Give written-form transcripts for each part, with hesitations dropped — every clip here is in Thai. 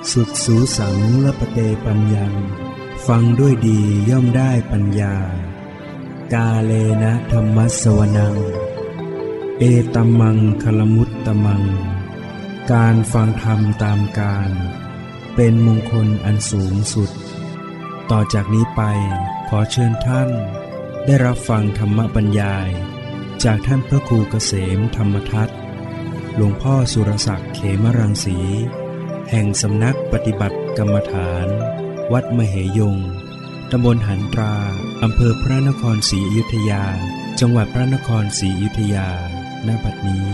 สุดสูสังละปะเตปัญญังฟังด้วยดีย่อมได้ปัญญากาเลนะธัมมัสสวนังเอตัมมังคลมุตตมังการฟังธรรมตามกาลเป็นมงคลอันสูงสุดต่อจากนี้ไปขอเชิญท่านได้รับฟังธรรมบรรยายจากท่านพระครูเกษมธรรมทัศน์หลวงพ่อสุรศักดิ์เขมรังสีแห่งสำนักปฏิบัติกรรมฐานวัดมเหยงตำบลหันตราอำเภอพระนครศรีอยุธยาจังหวัดพระนครศรีอยุธยาณ บัดนี้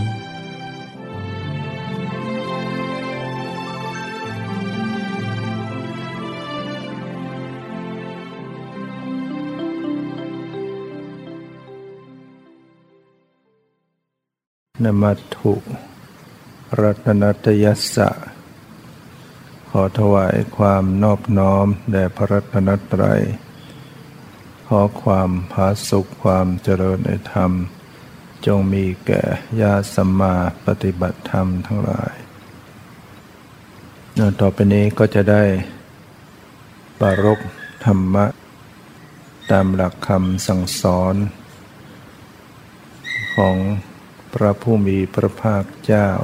นมัตถุรัตนัตยัสสะขอถวายความนอบน้อมแด่พระรัตนตรัยขอความผาสุกความเจริญในธรรมจงมีแก่ญาติสัมมาปฏิบัติธรรมทั้งหลายต่อไปนี้ก็จะได้ปรารภธรรมะตามหลักคำสั่งสอนของพระผู้มีพระภาคเจ้า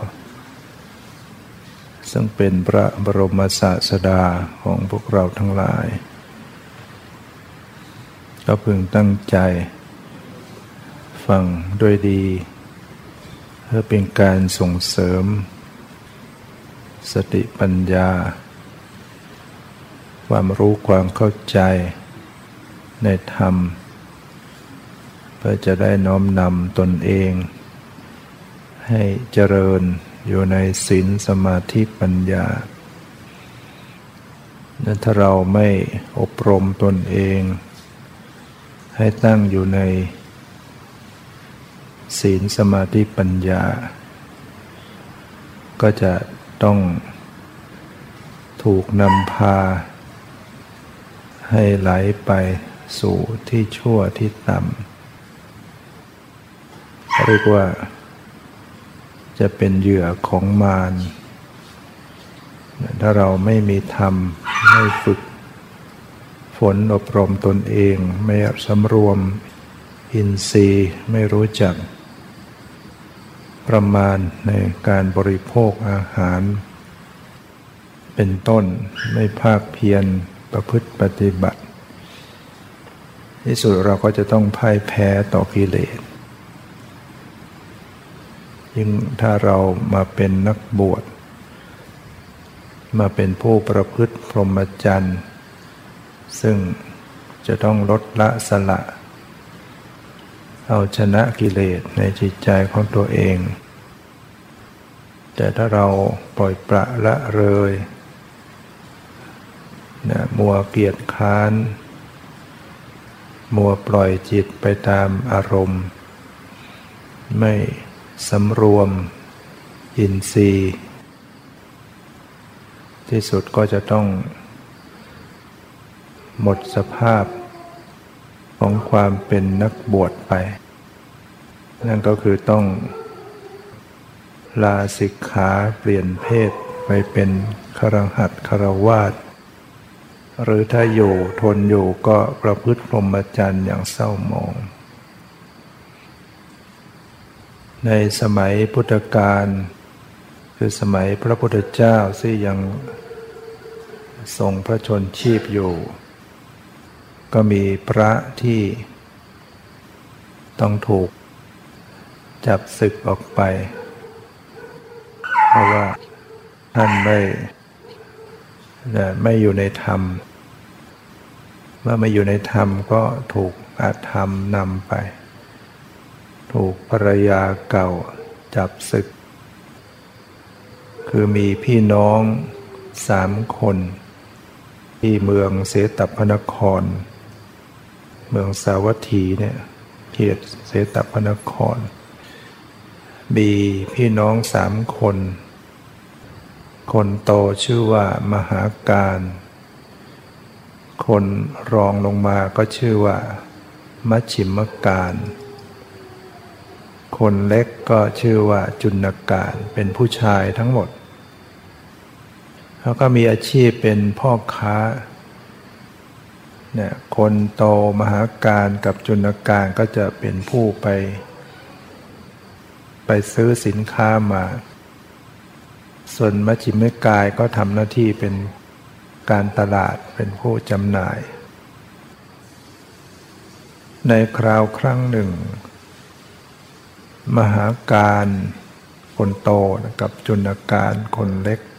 ซึ่งเป็นพระบรมศาสดาของพวกเราทั้งหลายก็พึงตั้งใจฟังด้วยดีเพื่อเป็นการส่งเสริมสติปัญญาความรู้ความเข้าใจในธรรมเพื่อจะได้น้อมนำตนเองให้เจริญอยู่ในศีลสมาธิปัญญาถ้าเราไม่อบรมตนเองให้ตั้งอยู่ในศีลสมาธิปัญญาก็จะต้องถูกนำพาให้ไหลไปสู่ที่ชั่วที่ต่ำเรียกว่าจะเป็นเหยื่อของมารถ้าเราไม่มีธรรมไม่ฝึกฝนอบรมตนเองไม่สำรวมอินทรีย์ไม่รู้จักประมาณในการบริโภคอาหารเป็นต้นไม่ภาคเพียรประพฤติปฏิบัติที่สุดเราก็จะต้องพ่ายแพ้ต่อกิเลสยิ่งถ้าเรามาเป็นนักบวชมาเป็นผู้ประพฤติพรหมจรรย์ซึ่งจะต้องลดละสละเอาชนะกิเลสในจิตใจของตัวเองแต่ถ้าเราปล่อยปละละเลยมัวเกียจค้านมัวปล่อยจิตไปตามอารมณ์ไม่สำรวมอินทรีย์ที่สุดก็จะต้องหมดสภาพของความเป็นนักบวชไปนั่นก็คือต้องลาสิกขาเปลี่ยนเพศไปเป็นคฤหัสถ์ฆราวาสหรือถ้าอยู่ทนอยู่ก็ประพฤติพรหมจรรย์อย่างเศร้าหมองในสมัยพุทธกาลคือสมัยพระพุทธเจ้าที่ยังทรงพระชนชีพอยู่ก็มีพระที่ต้องถูกจับศึกออกไปเพราะว่าท่านไม่อยู่ในธรรมเมื่อไม่อยู่ในธรรมก็ถูกอาธรรมนำไปถูกภรรยาเก่าจับศึกคือมีพี่น้อง3 คนที่เมืองเสตพนครเมืองสาวัตถีเนี่ยเขตเสตพนครมีพี่น้อง3 คนคนโตชื่อว่ามหาการคนรองลงมาก็ชื่อว่ามัชฌิมการ คนเล็กก็ชื่อว่าจุณการเป็นผู้ชายทั้งหมดเขาก็มีอาชีพเป็นพ่อค้าเนี่ยคนโตมหาการกับจุลการก็จะเป็นผู้ไปซื้อสินค้ามาส่วนมัชฌิมนิกายก็ทำหน้าที่เป็นการตลาดเป็นผู้จำหน่ายในคราวครั้งหนึ่งมหาการคนโตกับจุลการคนเล็ก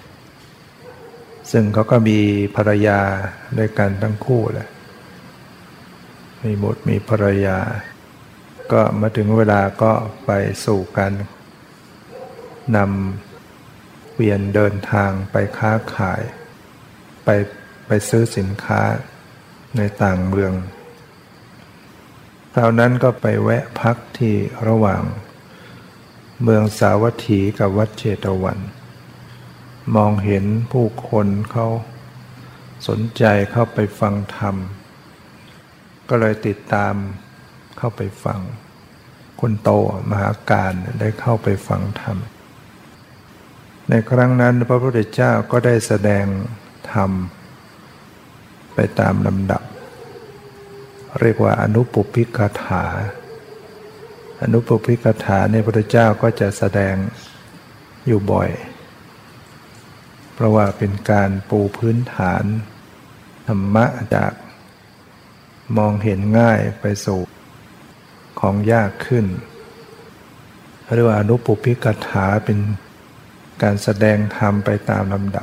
ซึ่งเขาก็มีภรรยาด้วยกันทั้งคู่แหละมีบุตรมีภรรยาก็มาถึงเวลาก็ไปสู่กันนำเวียนเดินทางไปค้าขายไปซื้อสินค้าในต่างเมืองคราวนั้นก็ไปแวะพักที่ระหว่างเมืองสาวัตถีกับวัดเชตวันมองเห็นผู้คนเขาสนใจเข้าไปฟังธรรมก็เลยติดตามเข้าไปฟังคนโตมหาการได้เข้าไปฟังธรรมในครั้งนั้นพระพุทธเจ้าก็ได้แสดงธรรมไปตามลำดับเรียกว่าอนุปุพพิกถาอนุปุพพิกถาในพระพุทธเจ้าก็จะแสดงอยู่บ่อยเพราะว่าเป็นการปูพื้นฐานธรรมะจากมองเห็นง่ายไปสู่ของยากขึ้นเรียกว่าอนุปุพพิกถาเป็นการแสดงธรรมไปตามลำดับ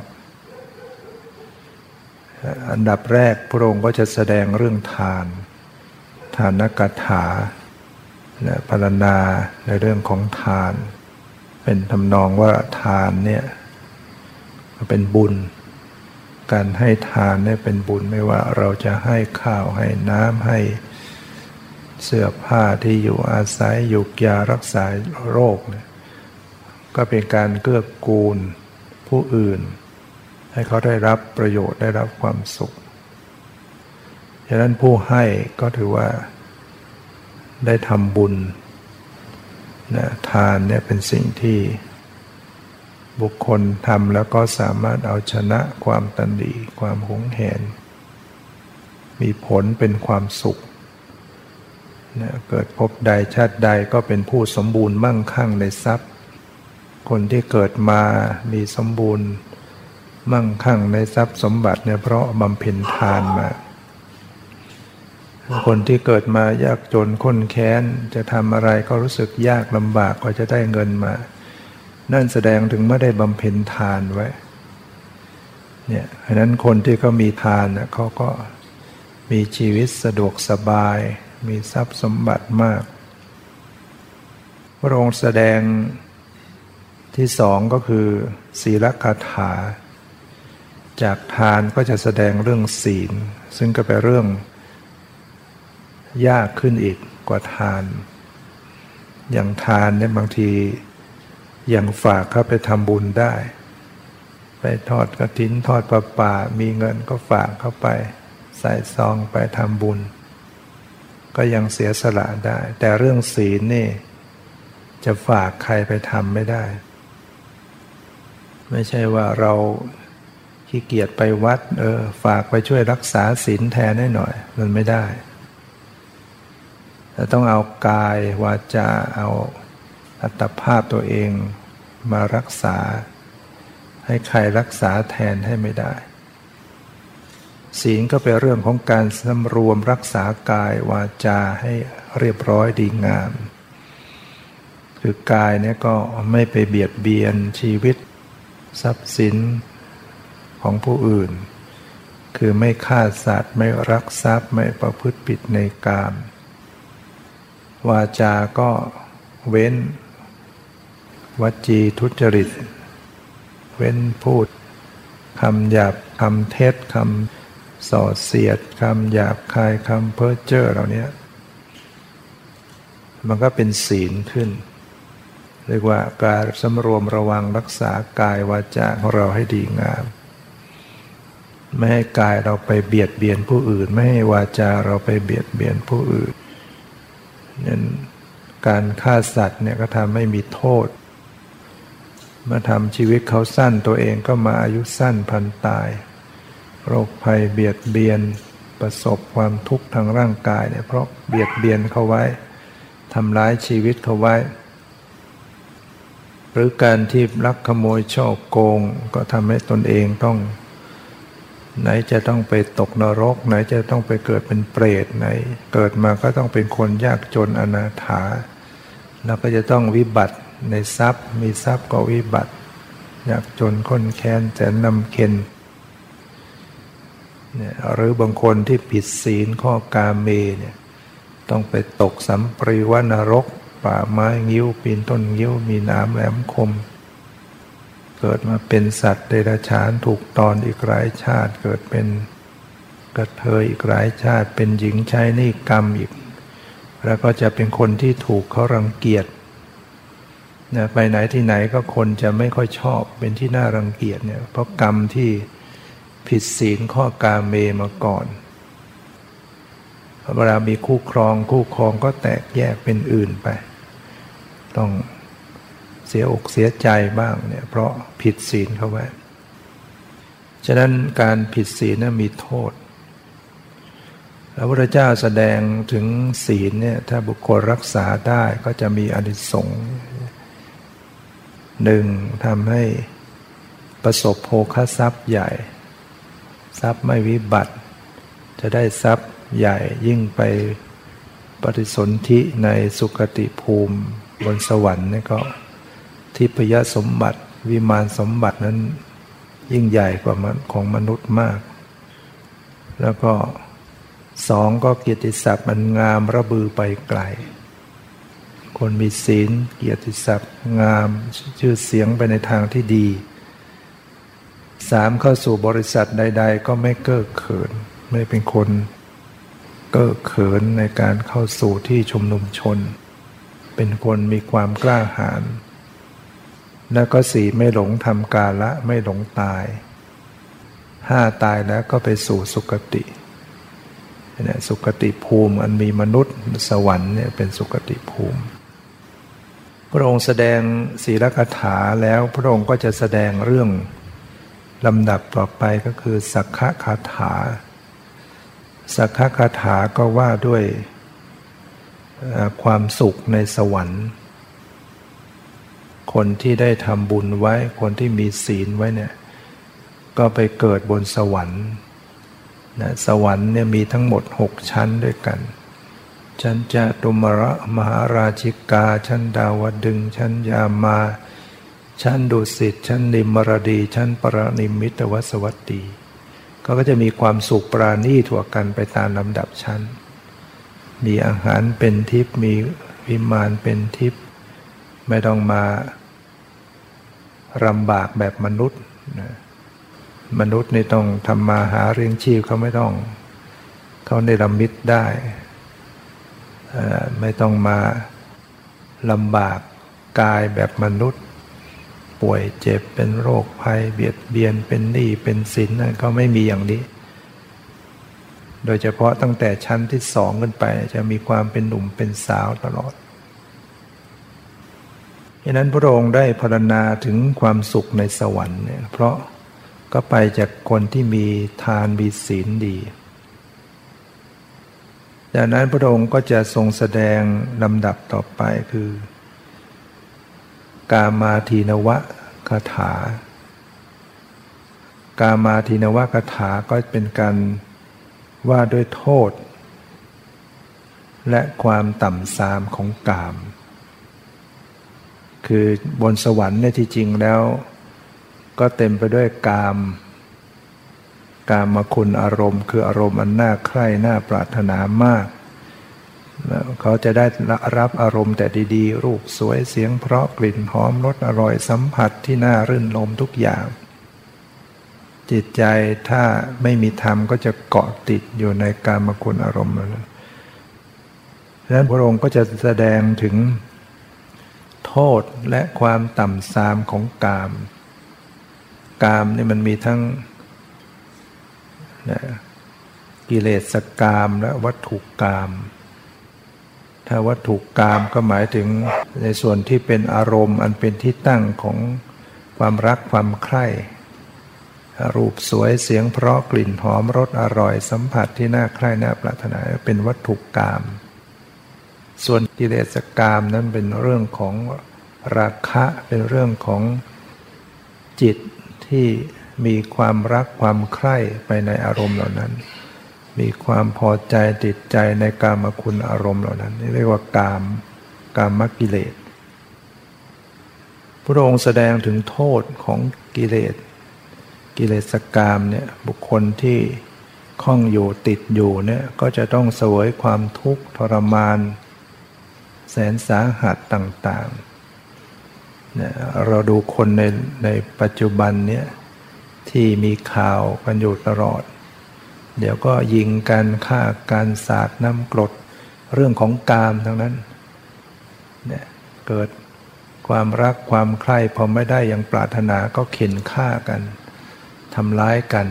อันดับแรกพระองค์ก็จะแสดงเรื่องทานกถาพรรณนาในเรื่องของทานเป็นทำนองว่าทานเนี่ยเป็นบุญการให้ทานเนี่ยเป็นบุญไม่ว่าเราจะให้ข้าวให้น้ำให้เสื้อผ้าที่อยู่อาศัยยุกยารักษาโรคเนี่ยก็เป็นการเกื้อกูลผู้อื่นให้เขาได้รับประโยชน์ได้รับความสุขฉะนั้นผู้ให้ก็ถือว่าได้ทำบุญนะทานเนี่ยเป็นสิ่งที่บุคคลทำแล้วก็สามารถเอาชนะความตัณฑิความหวงแหนมีผลเป็นความสุขนะเกิดพบใดชาติใดก็เป็นผู้สมบูรณ์มั่งคั่งในทรัพย์คนที่เกิดมามีสมบูรณ์มั่งคั่งในทรัพย์สมบัติเนี่ยเพราะบำเพ็ญทานมาคนที่เกิดมายากจนข้นแค้นจะทำอะไรก็รู้สึกยากลำบากกว่าจะได้เงินมานั่นแสดงถึงไม่ได้บำเพ็ญทานไว้เนี่ยฉะนั้นคนที่เขามีทานเนี่ยเขาก็มีชีวิตสะดวกสบายมีทรัพย์สมบัติมากพระองค์แสดงที่สองก็คือศีลคาถาจากทานก็จะแสดงเรื่องศีลซึ่งก็เป็นเรื่องยากขึ้นอีกกว่าทานอย่างทานเนี่ยบางทีอย่างฝากเข้าไปทำบุญได้ไปทอดกฐินทอดผ้าป่ามีเงินก็ฝากเข้าไปใส่ซองไปทำบุญก็ยังเสียสละได้แต่เรื่องศีลนี่จะฝากใครไปทำไม่ได้ไม่ใช่ว่าเราขี้เกียจไปวัดฝากไปช่วยรักษาศีลแทนให้หน่อยมันไม่ได้แต่ต้องเอากายวาจาเอาอัตภาพตัวเองมารักษาให้ใครรักษาแทนให้ไม่ได้ศีลก็เป็นเรื่องของการสำรวมรักษากายวาจาให้เรียบร้อยดีงามคือกายเนี่ยก็ไม่ไปเบียดเบียนชีวิตทรัพย์สินของผู้อื่นคือไม่ฆ่าสัตว์ไม่รักทรัพย์ไม่ประพฤติผิดในกามวาจาก็เว้นวจีทุจริตเว้นพูดคำหยาบคำเท็จคำส่อเสียดคำหยาบคายคำเพ้อเจ้อเหล่านี้มันก็เป็นศีลขึ้นเรียกว่าการสำรวมระวังรักษากายวาจาของเราให้ดีงามไม่ให้กายเราไปเบียดเบียนผู้อื่นไม่ให้วาจาเราไปเบียดเบียนผู้อื่นนั้นการฆ่าสัตว์เนี่ยก็ทำให้มีโทษมาทำชีวิตเขาสั้นตัวเองก็มาอายุสั้นพลันตายโรคภัยเบียดเบียนประสบความทุกข์ทางร่างกายเนี่ยเพราะเบียดเบียนเขาไว้ทำร้ายชีวิตเขาไว้หรือการที่ลักขโมยฉ้อโกงก็ทำให้ตนเองต้องไหนจะต้องไปตกนรกไหนจะต้องไปเกิดเป็นเปรตไหนเกิดมาก็ต้องเป็นคนยากจนอนาถาแล้วก็จะต้องวิบัติในทรัพย์มีทรัพย์ก็วิบัติยากจนข้นแค้นแสนนำเค็ญเนี่ยหรือบางคนที่ผิดศีลข้อกาเมเนี่ยต้องไปตกสัมปริวนรกป่าไม้งิ้วปีนต้นงิ้วมีหนามแหลมคมเกิดมาเป็นสัตว์เดรัจฉานถูกตอนอีกหลายชาติเกิดเป็นกระเทยอีกหลายชาติเป็นหญิงใช้นิกรรมอีกแล้วก็จะเป็นคนที่ถูกเขารังเกียจนะไปไหนที่ไหนก็คนจะไม่ค่อยชอบเป็นที่น่ารังเกียจเนี่ยเพราะกรรมที่ผิดศีลข้อกาเมมาก่อนเวลามีคู่ครองก็แตกแยกเป็นอื่นไปต้องเสียอกเสียใจบ้างเนี่ยเพราะผิดศีลเขาไว้ฉะนั้นการผิดศีลนั้นมีโทษพระพุทธเจ้าแสดงถึงศีลเนี่ยถ้าบุคคลรักษาได้ก็จะมีอานิสงส์หนึ่งทำให้ประสบโภคทรัพย์ใหญ่ทรัพย์ไม่วิบัติจะได้ทรัพย์ใหญ่ยิ่งไปปฏิสนธิในสุคติภูมิบนสวรรค์นี่ก็ทิพยสมบัติวิมานสมบัตินั้นยิ่งใหญ่กว่าของมนุษย์มากแล้วก็สองก็เกียรติศัพท์มันงามระบือไปไกลคนมีศีลเกียรติศัพท์งามชื่อเสียงไปในทางที่ดีสามเข้าสู่บริษัทใดๆก็ไม่เก้อเขินไม่เป็นคนเก้อเขินในการเข้าสู่ที่ชุมนุมชนเป็นคนมีความกล้าหาญแล้วก็สี่ไม่หลงทำกาละไม่หลงตายห้าตายแล้วก็ไปสู่สุคติเนี่ยสุคติภูมิอันมีมนุษย์สวรรค์เนี่ยเป็นสุคติภูมิพระองค์แสดงศีลคถาแล้วพระองค์ก็จะแสดงเรื่องลำดับต่อไปก็คือสักขะคาถาสักขะคาถาก็ว่าด้วยความสุขในสวรรค์คนที่ได้ทำบุญไว้คนที่มีศีลไว้เนี่ยก็ไปเกิดบนสวรรค์นะสวรรค์เนี่ยมีทั้งหมด6ชั้นด้วยกันชั้นจตุมระมหาราชิกาชั้นดาวดึงส์ชั้นยามาชั้นดุสิตชั้นนิมรดีชั้นปรนิมมิตวสวัตตีก็จะมีความสุขปราณีตกว่ากันไปตามลำดับชั้นมีอาหารเป็นทิพย์มีวิมานเป็นทิพย์ไม่ต้องมาลำบากแบบมนุษย์นะมนุษย์นี่ต้องทำมาหาเลี้ยงชีพเขาไม่ต้องเขาเนรมิตได้ไม่ต้องมาลำบากกายแบบมนุษย์ป่วยเจ็บเป็นโรคภัยเบียดเบียนเป็นหนี้เป็นสินนั่นก็ไม่มีอย่างนี้โดยเฉพาะตั้งแต่ชั้นที่สองขึ้นไปจะมีความเป็นหนุ่มเป็นสาวตลอดฉะนั้นพระองค์ได้พรรณนาถึงความสุขในสวรรค์เนี่ยเพราะก็ไปจากคนที่มีทานมีศีลดีจากนั้นพระองค์ก็จะทรงแสดงลำดับต่อไปคือกามาทีนวคาถากามาทีนวคาถาก็เป็นการว่าด้วยโทษและความต่ำทรามของกามคือบนสวรรค์เนี่ยที่จริงแล้วก็เต็มไปด้วยกามคุณอารมณ์คืออารมณ์อันน่าใคร่น่าปรารถนามากเขาจะได้รับอารมณ์แต่ดีๆรูปสวยเสียงเพราะกลิ่นหอมรสอร่อยสัมผัสที่น่ารื่นรมทุกอย่างจิตใจถ้าไม่มีธรรมก็จะเกาะติดอยู่ในกามคุณอารมณ์นั้นดังนั้นพระองค์ก็จะแสดงถึงโทษและความต่ำทรามของกามนี่มันมีทั้งกิเลสกามและวัตถุกามถ้าวัตถุกามก็หมายถึงในส่วนที่เป็นอารมณ์อันเป็นที่ตั้งของความรักความใคร่รูปสวยเสียงเพราะกลิ่นหอมรสอร่อยสัมผัสที่น่าใคร่น่าปรารถนาเป็นวัตถุกามส่วนกิเลสกามนั้นเป็นเรื่องของราคะเป็นเรื่องของจิตที่มีความรักความใคร่ไปในอารมณ์เหล่านั้นมีความพอใจติดใจในกามคุณอารมณ์เหล่านั้นนี่เรียกว่ากามกิเลสพระองค์แสดงถึงโทษของกิเลสกามเนี่ยบุคคลที่คล้องอยู่ติดอยู่เนี่ยก็จะต้องเสวยความทุกข์ทรมานแสนสาหัสต่างๆเนี่ยเราดูคนในปัจจุบันเนี่ยที่มีข่าวกันอยู่ตลอดเดี๋ยวก็ยิงกันฆ่ากันสาดน้ำกรดเรื่องของกามทั้งนั้นเนี่ยเกิดความรักความใคร่พอไม่ได้อย่างปรารถนาก็เข็นฆ่ากันทำร้ายกัน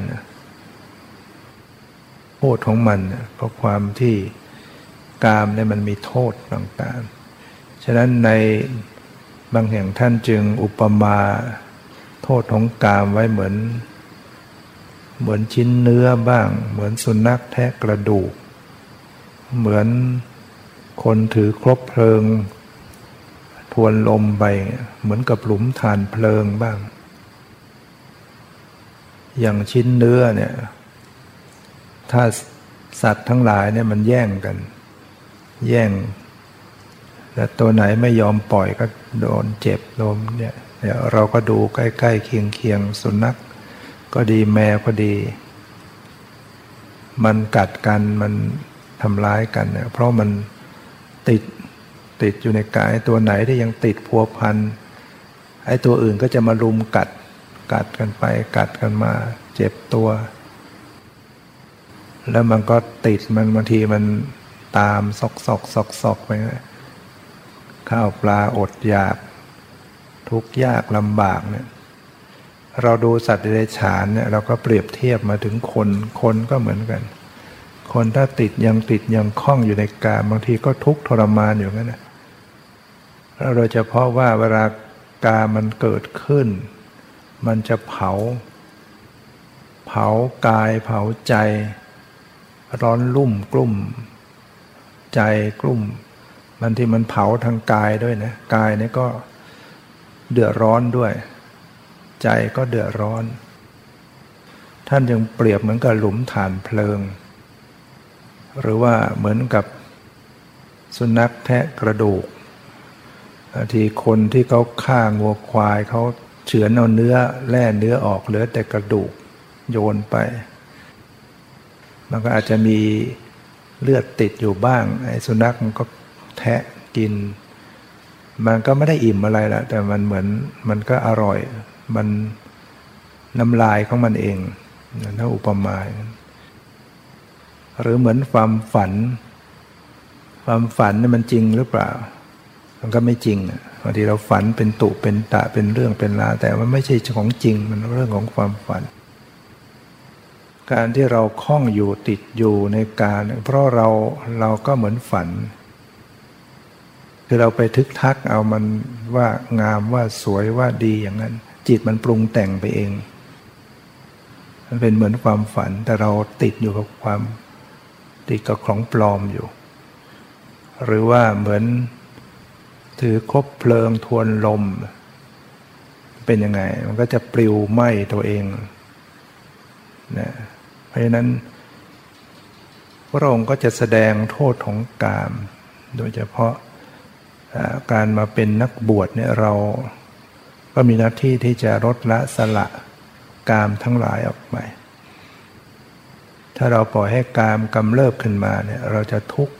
โทษของมันเพราะความที่กามเนี่ยมันมีโทษต่างๆฉะนั้นในบางแห่งท่านจึงอุปมาโทษของกามไว้เหมือนชิ้นเนื้อบ้างเหมือนสุนัขแทะกระดูกเหมือนคนถือครบเพลิงทวนลมไปเหมือนกับหลุมฐานเพลิงบ้างอย่างชิ้นเนื้อเนี่ยถ้าสัตว์ทั้งหลายเนี่ยมันแย่งกันแต่ตัวไหนไม่ยอมปล่อยก็โดนเจ็บโดนเนี่ยเราก็ดูใกล้ๆเคียงสุนัขก็ดีแมวก็ดีมันกัดกันมันทำร้ายกันเนี่ยเพราะมันติดอยู่ในกายตัวไหนที่ยังติดพัวพันไอ้ตัวอื่นก็จะมารุมกัดกันไปกัดกันมาเจ็บตัวแล้วมันก็ติดมันบางทีมันตามซอกไปข้าวปลาอดอยากทุกข์ยากลำบากเนี่ยเราดูสัตว์เดรัจฉานเนี่ยเราก็เปรียบเทียบมาถึงคนก็เหมือนกันคนถ้าติดยังคล้องอยู่ในกามบางทีก็ทุกข์ทรมานอยู่งั้นนะแล้วโดยเฉพาะว่าเวลากามมันเกิดขึ้นมันจะเผากายเผาใจร้อนรุ่มกลุ่มใจกลุ่มมันที่มันเผาทางกายด้วยนะกายนี่ก็เดือดร้อนด้วยใจก็เดือดร้อนท่านยังเปรียบเหมือนกับหลุมฐานเพลิงหรือว่าเหมือนกับสุนัขแทะกระดูกทีคนที่เขาฆ่างัวควายเขาเฉือนเอาเนื้อแล่เนื้อออกเหลือแต่กระดูกโยนไปมันก็อาจจะมีเลือดติดอยู่บ้างไอ้สุนัขมันก็แทะกินมันก็ไม่ได้อิ่มอะไรละแต่มันเหมือนมันก็อร่อยมันน้ำลายของมันเองถ้าอุปมาหรือเหมือนความฝันนี่มันจริงหรือเปล่ามันก็ไม่จริงบางทีเราฝันเป็นตุเป็นตะเป็นเรื่องเป็นราวแต่มันไม่ใช่ของจริงมันเรื่องของความฝันการที่เราคล้องอยู่ติดอยู่ในการเพราะเราก็เหมือนฝันคือเราไปทึกทักเอามันว่างามว่าสวยว่าดีอย่างนั้นจิตมันปรุงแต่งไปเองมันเป็นเหมือนความฝันแต่เราติดอยู่กับความติดกับของปลอมอยู่หรือว่าเหมือนถือคบเพลิงทวนลมเป็นยังไงมันก็จะปลิวไหม้ตัวเองนะเพราะฉะนั้นพระองค์ก็จะแสดงโทษของกามโดยเฉพาะการมาเป็นนักบวชเนี่ยเราก็มีหน้าที่ที่จะลดละสละกามทั้งหลายออกไปถ้าเราปล่อยให้กามกำเริบขึ้นมาเนี่ยเราจะทุกข์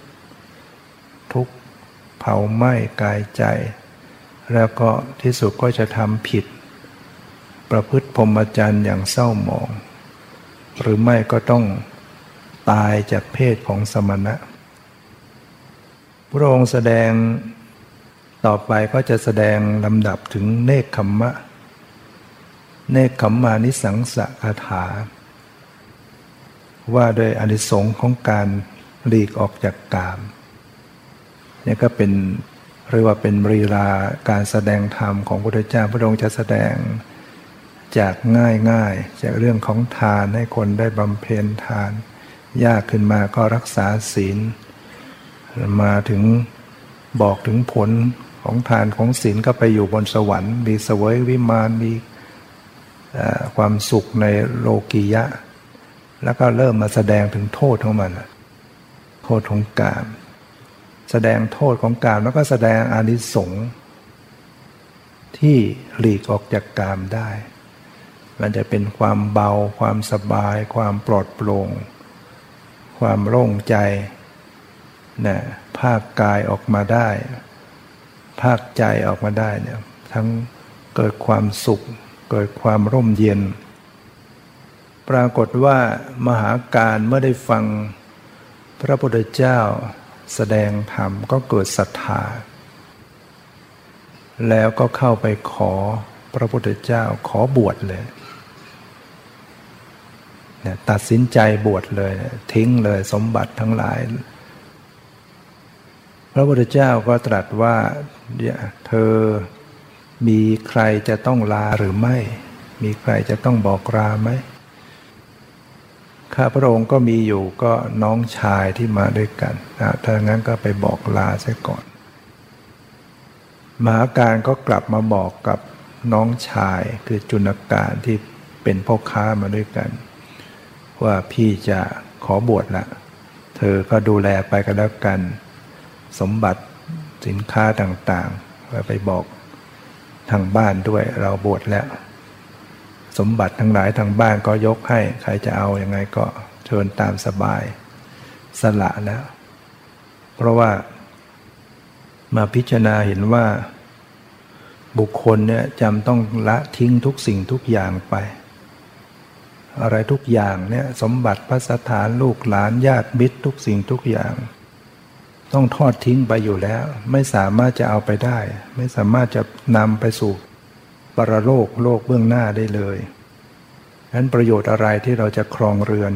เผาไหม้กายใจแล้วก็ที่สุดก็จะทำผิดประพฤติพรหมจรรย์อย่างเศร้าหมองหรือไม่ก็ต้องตายจากเพศของสมณะพระองค์แสดงต่อไปก็จะแสดงลำดับถึงเนกขัมมมานิสังสคาถาว่าโดยอานิสงส์ของการหลีกออกจากกามนี่ก็เป็นเรียกว่าเป็นลีลาการแสดงธรรมของพระพุทธเจ้าพระองค์จะแสดงจากง่ายๆจากเรื่องของทานให้คนได้บำเพ็ญทานยากขึ้นมาก็รักษาศีลมาถึงบอกถึงผลของทานของศีลก็ไปอยู่บนสวรรค์มีเสวยวิมานมีความสุขในโลกียะแล้วก็เริ่มมาแสดงถึงโทษของมันโทษของกามแสดงโทษของกามแล้วก็แสดงอานิสงส์ที่หลีกออกจากกามได้มันจะเป็นความเบาความสบายความปลอดโปร่งความโล่งใจเนี่ยภาคกายออกมาได้ภาคใจออกมาได้เนี่ยทั้งเกิดความสุขเกิดความร่มเย็นปรากฏว่ามหาการเมื่อได้ฟังพระพุทธเจ้าแสดงธรรมก็เกิดศรัทธาแล้วก็เข้าไปขอพระพุทธเจ้าขอบวชเลยเนี่ยตัดสินใจบวชเลยทิ้งเลยสมบัติทั้งหลายพระพุทธเจ้าก็ตรัสว่าเธอมีใครจะต้องลาหรือไม่มีใครจะต้องบอกลาไหมข้าพระองค์ก็มีอยู่ก็น้องชายที่มาด้วยกันถ้างั้นก็ไปบอกลาซะก่อนมหาการก็กลับมาบอกกับน้องชายคือจุลการที่เป็นพ่อค้ามาด้วยกันว่าพี่จะขอบวชละเธอก็ดูแลไปก็แล้วกันสมบัติสินค้าต่างๆไปบอกทางบ้านด้วยเราบวชแล้วสมบัติทั้งหลายทางบ้านก็ยกให้ใครจะเอายังไงก็เชิญตามสบายสละแล้วเพราะว่ามาพิจารณาเห็นว่าบุคคลเนี่ยจำต้องละทิ้งทุกสิ่งทุกอย่างไปอะไรทุกอย่างเนี่ยสมบัติภัสถานลูกหลานญาติมิตรทุกสิ่งทุกอย่างต้องทอดทิ้งไปอยู่แล้วไม่สามารถจะเอาไปได้ไม่สามารถจะนำไปสู่ปรโลกโลกเบื้องหน้าได้เลยฉะนั้นประโยชน์อะไรที่เราจะครองเรือน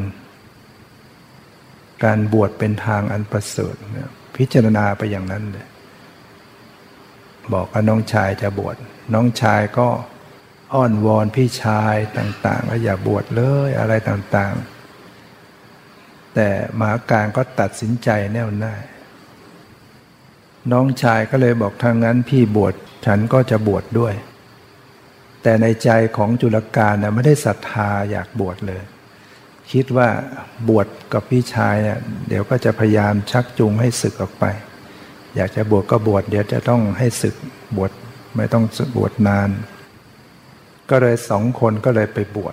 การบวชเป็นทางอันประเสริฐพิจารณาไปอย่างนั้นเลยบอกกับน้องชายจะบวชน้องชายก็อ้อนวอนพี่ชายต่างๆว่าอย่าบวชเลยอะไรต่างๆแต่มหาการก็ตัดสินใจแน่วแน่น้องชายก็เลยบอกถ้างั้นพี่บวชฉันก็จะบวชด้วยแต่ในใจของจุลการนะไม่ได้ศรัทธาอยากบวชเลยคิดว่าบวชกับพี่ชายเนี่ยเดี๋ยวก็จะพยายามชักจูงให้สึกออกไปอยากจะบวชก็บวชเดี๋ยวจะต้องให้สึกบวชไม่ต้องบวชนานก็เลยสองคนก็เลยไปบวช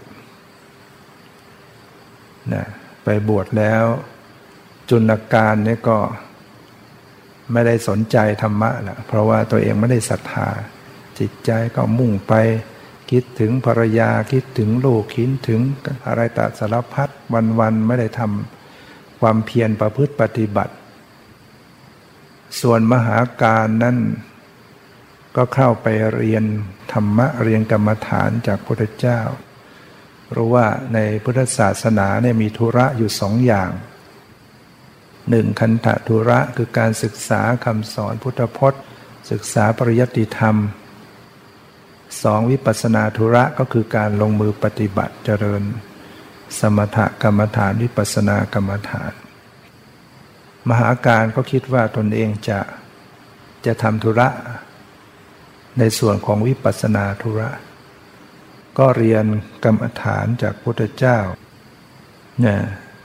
นะไปบวชแล้วจุลการเนี่ยก็ไม่ได้สนใจธรรมะละเพราะว่าตัวเองไม่ได้ศรัทธาจิตใจก็มุ่งไปคิดถึงภรรยาคิดถึงลูกคิดถึงอะไรต่างสารพัดวันๆไม่ได้ทำความเพียรประพฤติปฏิบัติส่วนมหาการนั้นก็เข้าไปเรียนธรรมะเรียนกรรมฐานจากพระพุทธเจ้ารู้ว่าในพุทธศาสนาเนี่ยมีธุระอยู่สองอย่างหนึ่งคันธธุระคือการศึกษาคำสอนพุทธพจน์ศึกษาปริยัติธรรมสองวิปัสสนาธุระก็คือการลงมือปฏิบัติเจริญสมถกรรมฐานวิปัสสนากรรมฐานมหาการก็คิดว่าตนเองจะทำธุระในส่วนของวิปัสสนาธุระก็เรียนกรรมฐานจากพระพุทธเจ้าเนี่ย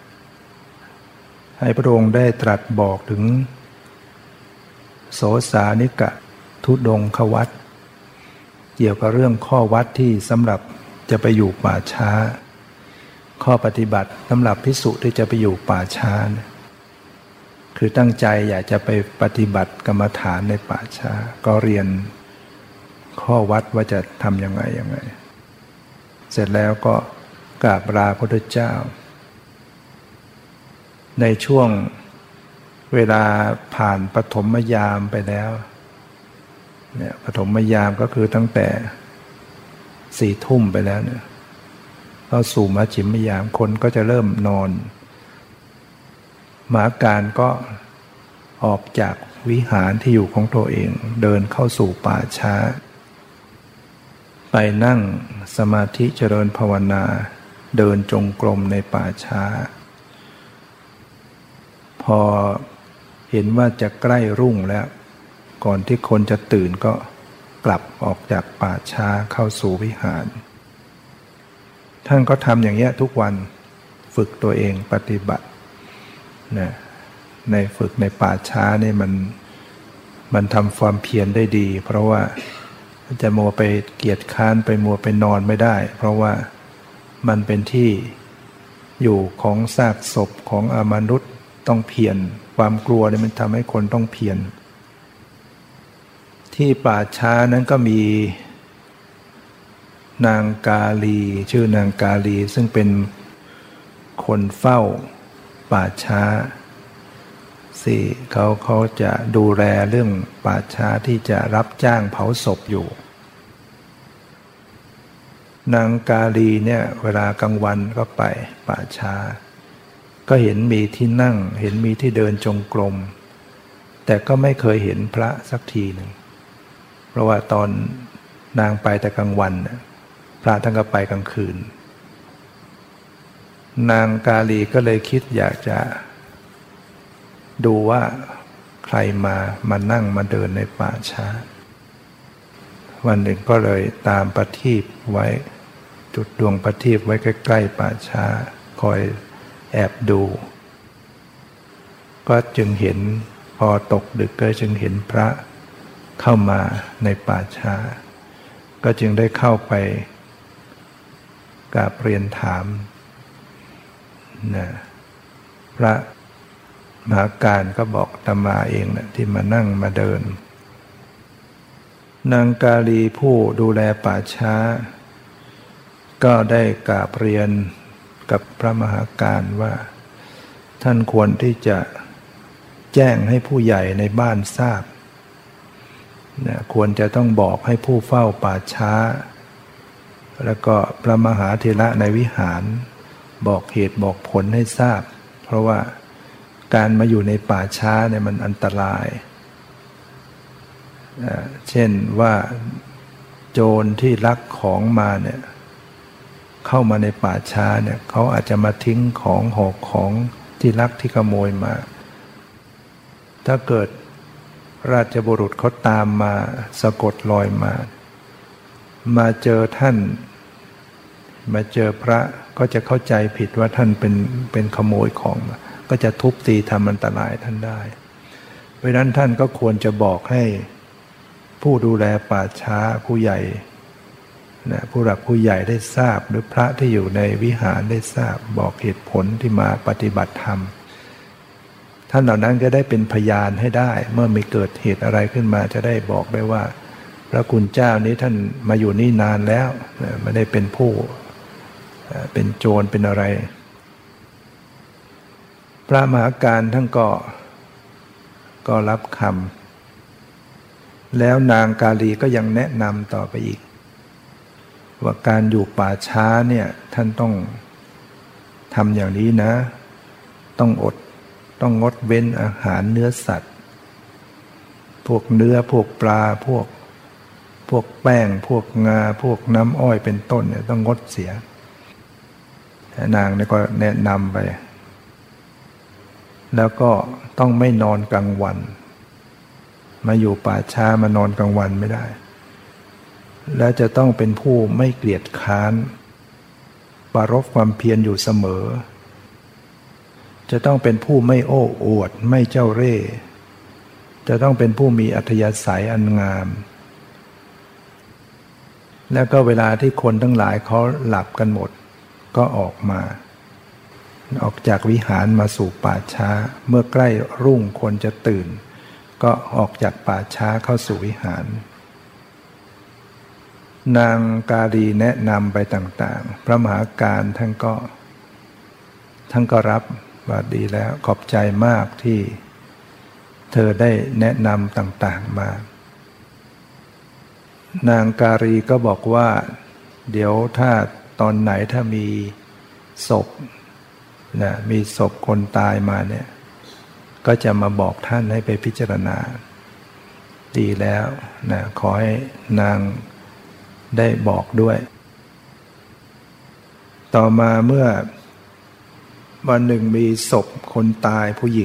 ให้พระองค์ได้ตรัสบอกถึงโสสานิกทุดงควัตรเกี่ยวกับเรื่องข้อวัดที่สำหรับจะไปอยู่ป่าช้าข้อปฏิบัติสำหรับภิกษุที่จะไปอยู่ป่าช้าคือตั้งใจอยากจะไปปฏิบัติกรรมฐานในป่าช้าก็เรียนข้อวัดว่าจะทำยังไงเสร็จแล้วก็กราบลาพระพุทธเจ้าในช่วงเวลาผ่านปฐมยามไปแล้วเนี่ยปฐมยามก็คือตั้งแต่4 ทุ่มไปแล้วเนี่ยเข้าสู่มัชฌิมยามคนก็จะเริ่มนอนมหาการก็ออกจากวิหารที่อยู่ของตัวเองเดินเข้าสู่ป่าช้าไปนั่งสมาธิเจริญภาวนาเดินจงกรมในป่าช้าพอเห็นว่าจะใกล้รุ่งแล้วก่อนที่คนจะตื่นก็กลับออกจากป่าช้าเข้าสู่วิหารท่านก็ทำอย่างเงี้ยทุกวันฝึกตัวเองปฏิบัตินะในฝึกในป่าช้านี่มันทำความเพียรได้ดีเพราะว่าจะมัวไปเกียจค้านไปมัวไปนอนไม่ได้เพราะว่ามันเป็นที่อยู่ของซากศพของอมนุษย์ต้องเพียรความกลัวเนี่ยมันทำให้คนต้องเพียรที่ป่าช้านั้นก็มีนางกาลีชื่อนางกาลีซึ่งเป็นคนเฝ้าป่าช้าเขาจะดูแลเรื่องป่าช้าที่จะรับจ้างเผาศพอยู่นางกาลีเนี่ยเวลากลางวันก็ไปป่าช้าก็เห็นมีที่นั่งเห็นมีที่เดินจงกรมแต่ก็ไม่เคยเห็นพระสักทีหนึ่งเพราะว่าตอนนางไปแต่กลางวันพระท่านก็ไปกลางคืนนางกาลีก็เลยคิดอยากจะดูว่าใครมานั่งมาเดินในป่าช้าวันหนึ่งก็เลยตามประทีปไว้จุดดวงประทีปไว้ใกล้ๆป่าช้าคอยแอบดูก็จึงเห็นพอตกดึกก็จึงเห็นพระเข้ามาในป่าช้าก็จึงได้เข้าไปกราบเรียนถามนะพระมหาการก็บอกอาตมาเองนะที่มานั่งมาเดินนางกาลีผู้ดูแลป่าช้าก็ได้กราบเรียนกับพระมหาการว่าท่านควรที่จะแจ้งให้ผู้ใหญ่ในบ้านทราบนะควรจะต้องบอกให้ผู้เฝ้าป่าช้าแล้วก็พระมหาเถระในวิหารบอกเหตุบอกผลให้ทราบเพราะว่าการมาอยู่ในป่าช้าเนี่ยมันอันตรายเช่นว่าโจรที่ลักของมาเนี่ยเข้ามาในป่าช้าเนี่ยเขาอาจจะมาทิ้งของหอกของที่ลักที่ขโมยมาถ้าเกิดราชบุรุษเขาตามมาสะกดรอยมาเจอท่านมาเจอพระก็จะเข้าใจผิดว่าท่านเป็นขโมยของก็จะทุบตีทำอันตรายท่านได้เพราะฉะนั้นท่านก็ควรจะบอกให้ผู้ดูแลป่าช้าผู้ใหญ่นะผู้หลักผู้ใหญ่ได้ทราบหรือพระที่อยู่ในวิหารได้ทราบบอกเหตุผลที่มาปฏิบัติธรรมท่านเหล่านั้นก็ได้เป็นพยานให้ได้เมื่อมีเกิดเหตุอะไรขึ้นมาจะได้บอกได้ว่าพระคุณเจ้านี้ท่านมาอยู่นี่นานแล้วไม่ได้เป็นผู้เป็นโจรเป็นอะไรพระมหาการท่านก็รับคำแล้วนางกาลีก็ยังแนะนำต่อไปอีกว่าการอยู่ป่าช้าเนี่ยท่านต้องทำอย่างนี้นะต้องงดเว้นอาหารเนื้อสัตว์พวกเนื้อพวกปลาพวกแป้งพวกงาพวกน้ำอ้อยเป็นต้นเนี่ยต้องงดเสียนางเนี่ยก็แนะนำไปแล้วก็ต้องไม่นอนกลางวันมาอยู่ป่าช้ามานอนกลางวันไม่ได้และจะต้องเป็นผู้ไม่เกลียดค้านปรารภความเพียรอยู่เสมอจะต้องเป็นผู้ไม่โอ้อวดไม่เจ้าเร่ห์จะต้องเป็นผู้มีอัธยาศัยอันงามแล้วก็เวลาที่คนทั้งหลายเขาหลับกันหมดก็ออกจากวิหารมาสู่ป่าช้าเมื่อใกล้รุ่งคนจะตื่นก็ออกจากป่าช้าเข้าสู่วิหารนางกาลีแนะนำไปต่างๆพระมหาการท่านก็รับว่าดีแล้วขอบใจมากที่เธอได้แนะนำต่างๆมานางการีก็บอกว่าเดี๋ยวถ้าตอนไหนถ้ามีศพนะมีศพคนตายมาเนี่ยก็จะมาบอกท่านให้ไปพิจารณาดีแล้วนะขอให้นางได้บอกด้วยต่อมาเมื่อวันหนึ่งมีศพคนตายผู้หญิง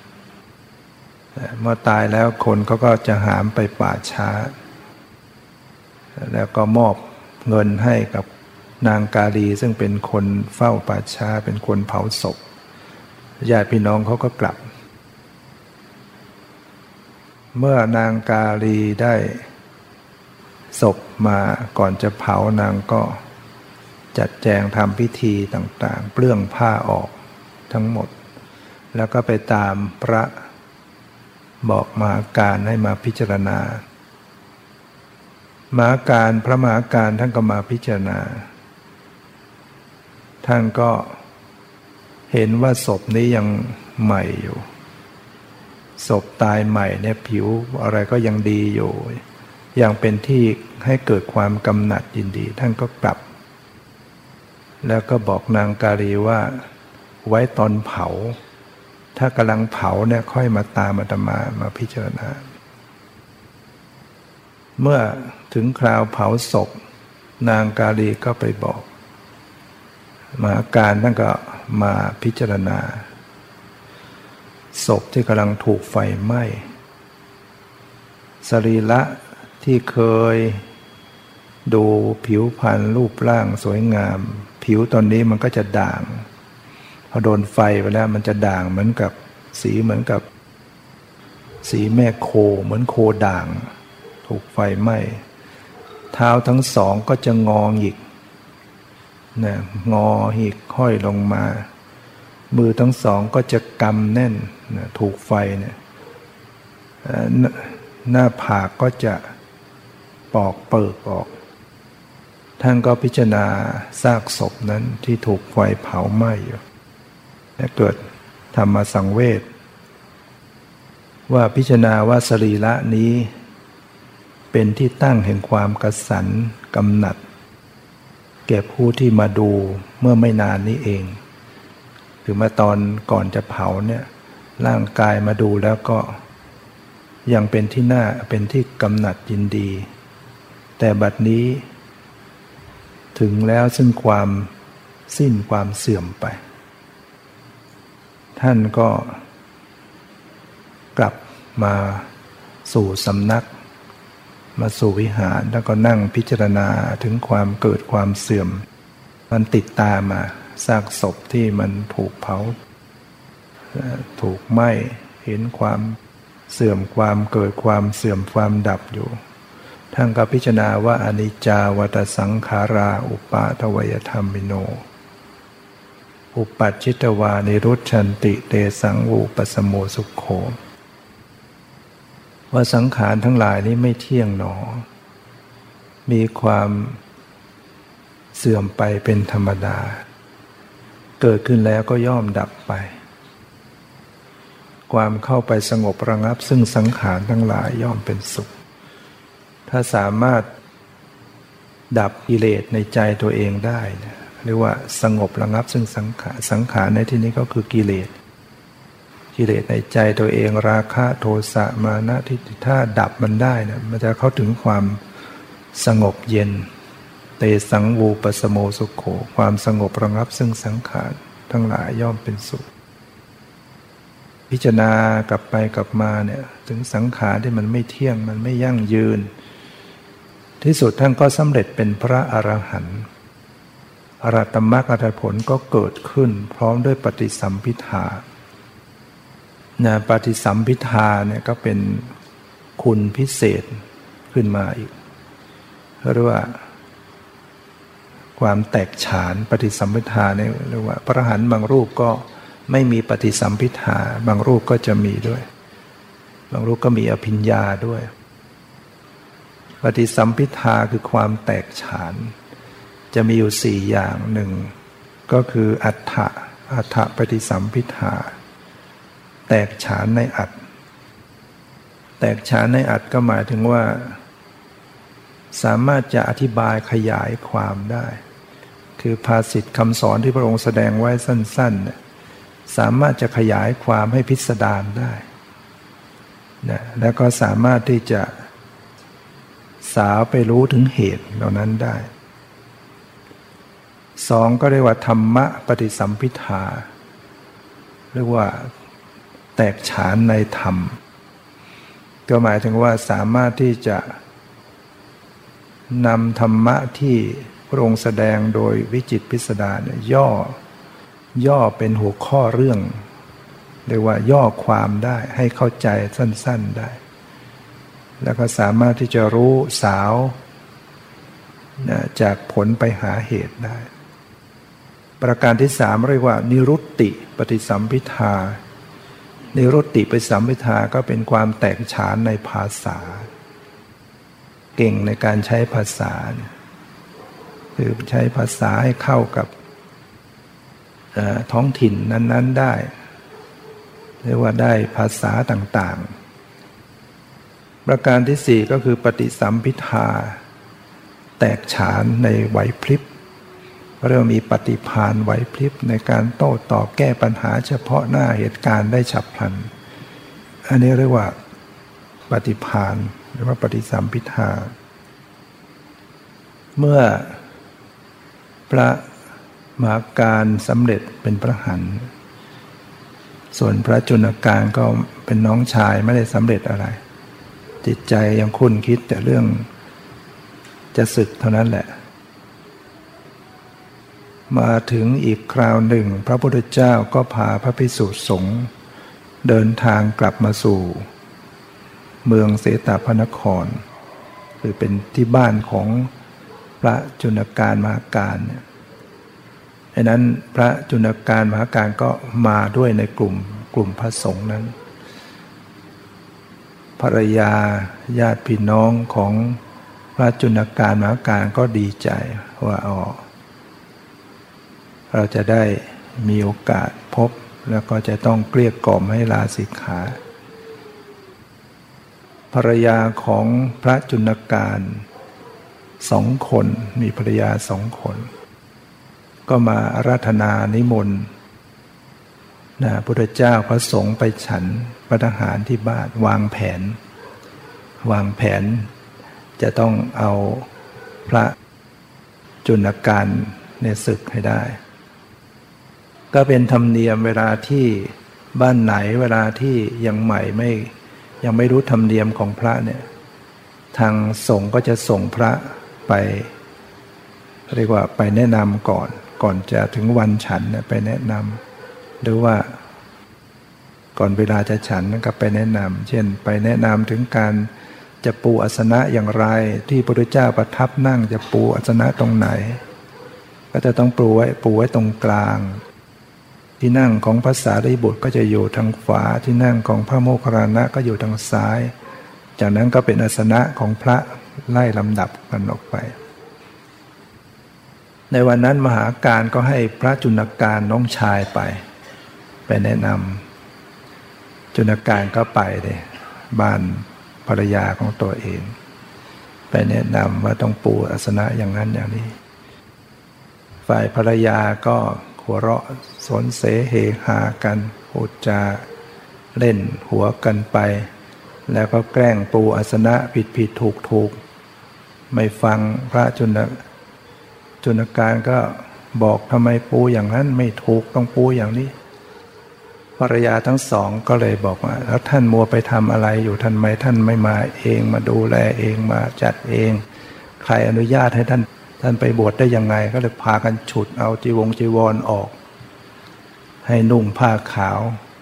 เมื่อตายแล้วคนเขาก็จะหามไปป่าช้าแล้วก็มอบเงินให้กับนางกาลีซึ่งเป็นคนเฝ้าป่าช้าเป็นคนเผาศพญาติพี่น้องเขาก็กลับเมื่อนางกาลีได้ศพมาก่อนจะเผานางก็จัดแจงทำพิธีต่างๆเปลื้องผ้าออกทั้งหมดแล้วก็ไปตามพระบอกมหาการให้มาพิจารณามหาการพระมหาการท่านก็มาพิจารณาท่านก็เห็นว่าศพนี้ยังใหม่อยู่ศพตายใหม่เนี่ยผิวอะไรก็ยังดีอยู่ยังเป็นที่ให้เกิดความกำหนัดยินดีท่านก็กลับแล้วก็บอกนางกาลีว่าไว้ตอนเผาถ้ากำลังเผาเนี่ยค่อยมาตามอาตมาพิจารณาเมื่อถึงคราวเผาศพนางกาลีก็ไปบอกมหาการท่านก็มาพิจารณาศพที่กำลังถูกไฟไหม้สรีระที่เคยดูผิวพรรณรูปร่างสวยงามผิวตอนนี้มันก็จะด่างพอโดนไฟไปแล้วมันจะด่างเหมือนกับเหมือนกับสีแม่โคเหมือนโคด่างถูกไฟไหม้เท้าทั้งสองก็จะงอหงิกนะงอหิกห้อยลงมามือทั้งสองก็จะกำแน่นนะถูกไฟเนี่ยหน้าผากก็จะปอกเปิกออกท่านก็พิจารณาซากศพนั้นที่ถูกไฟเผาไหม้อยู่และเกิดธรรมสังเวชว่าพิจารณาว่าสรีระนี้เป็นที่ตั้งแห่งความกสันกำหนัดแก่ผู้ที่มาดูเมื่อไม่นานนี้เองคือมาตอนก่อนจะเผาเนี่ยร่างกายมาดูแล้วก็ยังเป็นที่น่าเป็นที่กำหนัดยินดีแต่บัดนี้ถึงแล้วซึ่งความสิ้นความเสื่อมไปท่านก็กลับมาสู่สำนักมาสู่วิหารแล้วก็นั่งพิจารณาถึงความเกิดความเสื่อมมันติดตามมาซากศพที่มันถูกเผาถูกไหม้เห็นความเสื่อมความเกิดความเสื่อมความดับอยู่ท่านก็พิจารณาว่าอนิจจาวัฏสังขาราอุปาทวยธรรมิโนอุปัชชิตวานิรุชชันติเตสังวูปสมโมสุขโขว่าสังขารทั้งหลายนี้ไม่เที่ยงหนอมีความเสื่อมไปเป็นธรรมดาเกิดขึ้นแล้วก็ย่อมดับไปความเข้าไปสงบระงับซึ่งสังขารทั้งหลายย่อมเป็นสุขถ้าสามารถดับกิเลสในใจตัวเองได้นะเรียกว่าสงบระงับซึ่งสังขารในที่นี้ก็คือกิเลสในใจตัวเองราคะโทสะมานะทิฏฐิถ้าดับมันได้นะมันจะเข้าถึงความสงบเย็นเตสังวูปสโมสุขโขความสงบระงับซึ่งสังขารทั้งหลายย่อมเป็นสุขพิจารณากลับไปกลับมาเนี่ยถึงสังขารที่มันไม่เที่ยงมันไม่ยั่งยืนที่สุดท่านก็สำเร็จเป็นพระอรหันต์อรหัตมรรคอรหัตผลก็เกิดขึ้นพร้อมด้วยปฏิสัมภิทาปฏิสัมภิทาเนี่ยก็เป็นคุณพิเศษขึ้นมาอีกเรียกว่าความแตกฉานปฏิสัมภิทาเนี่ยเรียกว่าพระอรหันต์บางรูปก็ไม่มีปฏิสัมภิทาบางรูปก็จะมีด้วยบางรูปก็มีอภิญญาด้วยปฏิสัมภิทาคือความแตกฉานจะมีอยู่สี่อย่างหนึ่งก็คืออัฏฐปฏิสัมภิทาแตกฉานในอัตถ์แตกฉานในอัตถ์ก็หมายถึงว่าสามารถจะอธิบายขยายความได้คือภาษิตคำสอนที่พระองค์แสดงไว้สั้นๆสามารถจะขยายความให้พิสดารได้นะแล้วก็สามารถที่จะสาวไปรู้ถึงเหตุเหล่านั้นได้สองก็เรียกว่าธรรมะปฏิสัมภิทาเรียกว่าแตกฉานในธรรมก็หมายถึงว่าสามารถที่จะนำธรรมะที่พระองค์แสดงโดยวิจิตรพิสดารเนี่ยย่อเป็นหัวข้อเรื่องเรียกว่าย่อความได้ให้เข้าใจสั้นๆได้แล้วก็สามารถที่จะรู้สาวจากผลไปหาเหตุได้ประการที่สามเรียกว่านิรุตติปฏิสัมภิทานิรุตติปฏิสัมภิทาก็เป็นความแตกฉานในภาษาเก่งในการใช้ภาษาคือใช้ภาษาให้เข้ากับท้องถิ่นนั้นๆได้เรียกว่าได้ภาษาต่างๆประการที่สี่ก็คือปฏิสัมภิทาแตกฉานในไหวพริบเรียกว่ามีปฏิภาณไหวพริบในการโต้ตอบแก้ปัญหาเฉพาะหน้าเหตุการณ์ได้ฉับพลันอันนี้เรียกว่าปฏิภาณหรือว่าปฏิสัมภิทาเมื่อพระมหาการสำเร็จเป็นพระหันส่วนพระจุลกาลก็เป็นน้องชายไม่ได้สำเร็จอะไรจิตใจยังคุ้นคิดแต่เรื่องจะศึกเท่านั้นแหละมาถึงอีกคราวหนึ่งพระพุทธเจ้าก็พาพระภิกษุสงฆ์เดินทางกลับมาสู่เมืองเสตพนครคือเป็นที่บ้านของพระจุลกาลมหาการดังนั้นพระจุลกาลมหาการก็มาด้วยในกลุ่มพระสงฆ์นั้นภรรยาญาติพี่น้องของพระจุลกาลมหาการก็ดีใจว่าเราจะได้มีโอกาสพบแล้วก็จะต้องเกลี้ยกล่อมให้ลาสิกขาภรรยาของพระจุลกาล2 คนมีภรรยา2 คนก็มาอาราธนานิมนต์พุทธเจ้าพระสงฆ์ไปฉันภัตตาหารที่บ้านวางแผนจะต้องเอาพระจุลกาลเนี่ยศึกให้ได้ก็เป็นธรรมเนียมเวลาที่บ้านไหนเวลาที่ยังใหม่ยังไม่รู้ธรรมเนียมของพระเนี่ยทางสงฆ์ก็จะส่งพระไปเรียกว่าไปแนะนำก่อนจะถึงวันฉันเนี่ยไปแนะนำหรือว่าก่อนเวลาจะฉันก็ไปแนะนำเช่นไปแนะนำถึงการจะปูอาสนะอย่างไรที่พระพุทธเจ้าประทับนั่งจะปูอาสนะตรงไหนก็จะต้องปูไว้ตรงกลางที่นั่งของพระสารีบุตรก็จะอยู่ทางขวาที่นั่งของพระโมคคัลลานะก็อยู่ทางซ้ายจากนั้นก็เป็นอาสนะของพระไล่ลำดับกันออกไปในวันนั้นมหาการก็ให้พระจุลกาลน้องชายไปแนะนำจุลกาลก็ไปเลยบ้านภรรยาของตัวเองไปแนะนำว่าต้องปูอาสนะอย่างนั้นอย่างนี้ฝ่ายภรรยาก็หัวเราะสนเสเฮฮากันพูดจาเล่นหัวกันไปแล้วก็แกล้งปูอาสนะผิดถูกไม่ฟังพระจุลกาลก็บอกทำไมปูอย่างนั้นไม่ถูกต้องปูอย่างนี้ภรรยาทั้งสองก็เลยบอกว่าแล้วท่านมัวไปทำอะไรอยู่ท่านไม่มาเองมาดูแลเองมาจัดเองใครอนุญาตให้ท่านไปบวชได้ยังไงก็เลยพากันฉุดเอาจีวรออกให้นุ่งผ้าขาว